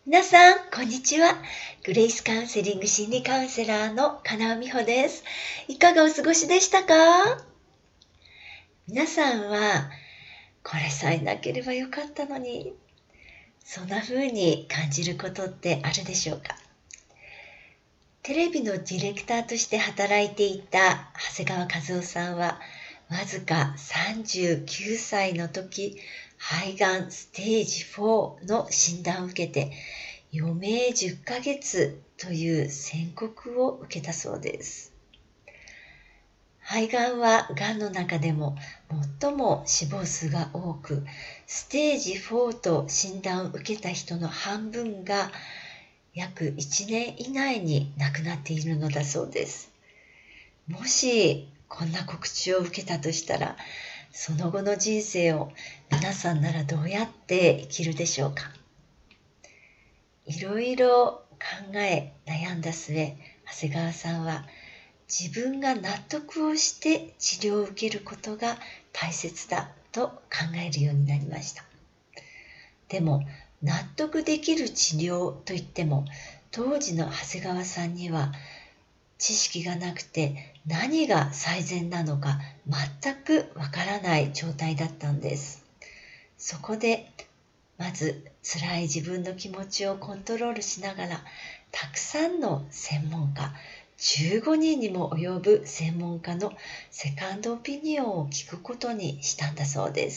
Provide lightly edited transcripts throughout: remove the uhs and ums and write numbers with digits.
皆さん、こんにちは。グレイスカウンセリング心理カウンセラーの金尾美穂です。いかがお過ごしでしたか？皆さんは、これさえなければよかったのに、そんな風に感じることってあるでしょうか？テレビのディレクターとして働いていた長谷川和夫さんは、わずか39歳の時、肺がんステージ4の診断を受けて、余命10ヶ月という宣告を受けたそうです。肺がんはがんの中でも最も死亡数が多く、ステージ4と診断を受けた人の半分が約1年以内に亡くなっているのだそうです。もしこんな告知を受けたとしたら、その後の人生を皆さんならどうやって生きるでしょうか？いろいろ考え悩んだ末、長谷川さんは自分が納得をして治療を受けることが大切だと考えるようになりました。でも、納得できる治療といっても、当時の長谷川さんには知識がなくて何が最善なのか全くわからない状態だったんです。そこでまず辛い自分の気持ちをコントロールしながら、たくさんの専門家、15人にも及ぶ専門家のセカンドオピニオンを聞くことにしたんだそうです。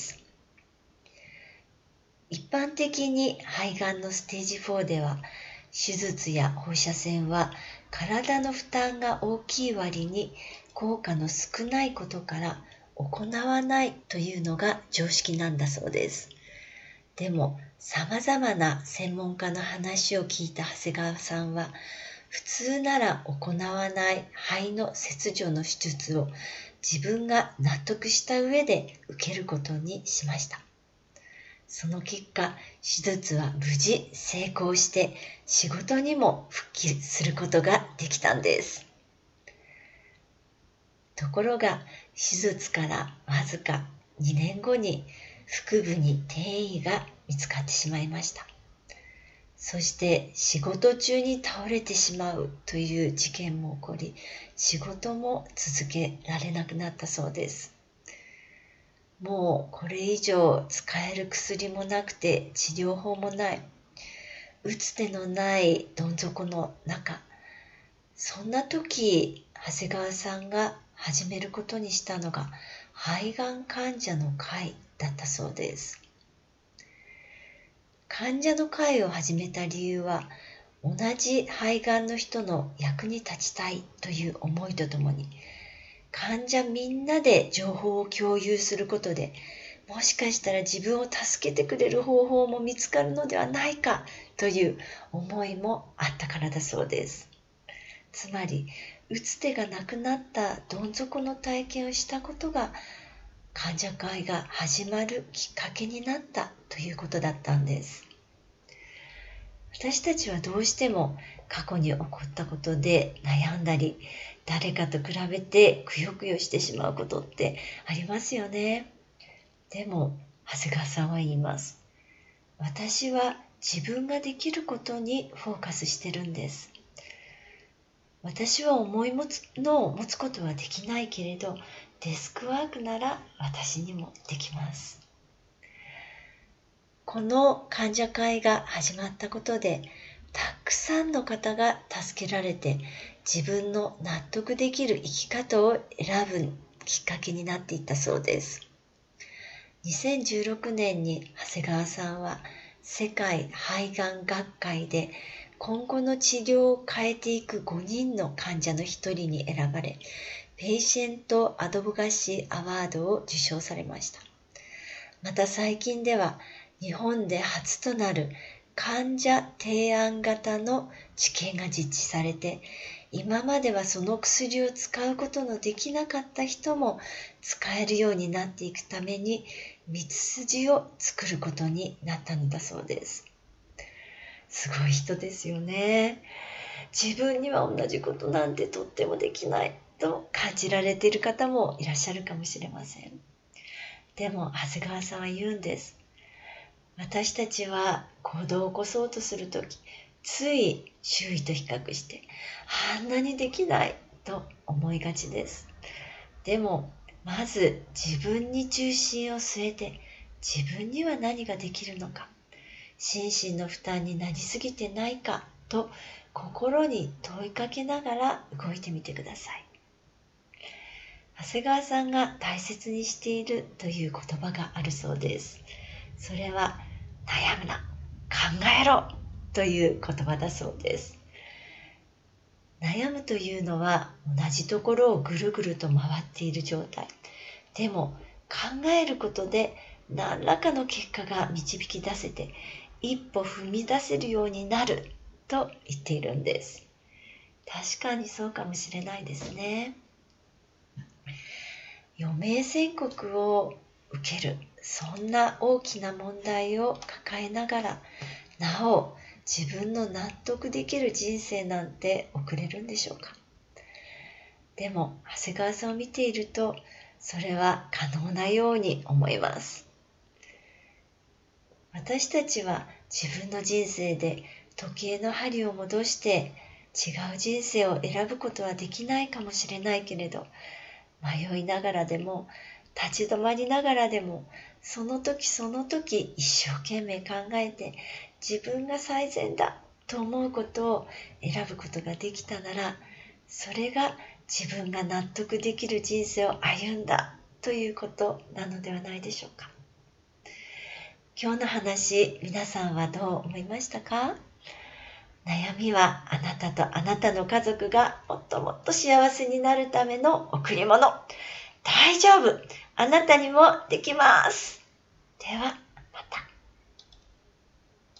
一般的に肺がんのステージ4では、手術や放射線は体の負担が大きい割に効果の少ないことから行わないというのが常識なんだそうです。でも、様々な専門家の話を聞いた長谷川さんは、普通なら行わない肺の切除の手術を自分が納得した上で受けることにしました。その結果、手術は無事成功して仕事にも復帰することができたんです。ところが、手術からわずか2年後に腹部に転移が見つかってしまいました。そして仕事中に倒れてしまうという事件も起こり、仕事も続けられなくなったそうです。もうこれ以上使える薬もなくて治療法もない。打つ手のないどん底の中。そんな時、長谷川さんが始めることにしたのが肺がん患者の会だったそうです。患者の会を始めた理由は、同じ肺がんの人の役に立ちたいという思いとともに、患者みんなで情報を共有することで、もしかしたら自分を助けてくれる方法も見つかるのではないかという思いもあったからだそうです。つまり、打つ手がなくなったどん底の体験をしたことが、患者会が始まるきっかけになったということだったんです。私たちはどうしても過去に起こったことで悩んだり、誰かと比べてくよくよしてしまうことってありますよね。でも、長谷川さんは言います。私は自分ができることにフォーカスしてるんです。私は思い持つことはできないけれど、デスクワークなら私にもできます。この患者会が始まったことで、たくさんの方が助けられて、自分の納得できる生き方を選ぶきっかけになっていったそうです。2016年に長谷川さんは世界肺がん学会で今後の治療を変えていく5人の患者の一人に選ばれ、ペイシェントアドボカシーアワードを受賞されました。また最近では日本で初となる患者提案型の治験が実施されて、今まではその薬を使うことのできなかった人も使えるようになっていくために道筋を作ることになったのだそうです。すごい人ですよね。自分には同じことなんてとってもできないと感じられている方もいらっしゃるかもしれません。でも長谷川さんは言うんです。 私たちは行動を起こそうとするとき、つい周囲と比較して、あんなにできないと思いがちです。でも、まず自分に中心を据えて、自分には何ができるのか、心身の負担になりすぎてないかと心に問いかけながら動いてみてください。長谷川さんが大切にしているという言葉があるそうです。それは、悩むな、考えろという言葉だそうです。悩むというのは同じところをぐるぐると回っている状態。でも考えることで何らかの結果が導き出せて一歩踏み出せるようになると言っているんです。確かにそうかもしれないですね。余命宣告を受ける、そんな大きな問題を抱えながら、なお自分の納得できる人生なんて送れるんでしょうか。でも長谷川さんを見ていると、それは可能なように思います。私たちは自分の人生で時計の針を戻して違う人生を選ぶことはできないかもしれないけれど、迷いながらでも立ち止まりながらでも、その時その時一生懸命考えて自分が最善だと思うことを選ぶことができたなら、それが自分が納得できる人生を歩んだということなのではないでしょうか。今日の話、皆さんはどう思いましたか？悩みはあなたとあなたの家族がもっともっと幸せになるための贈り物。大丈夫。あなたにもできます。では。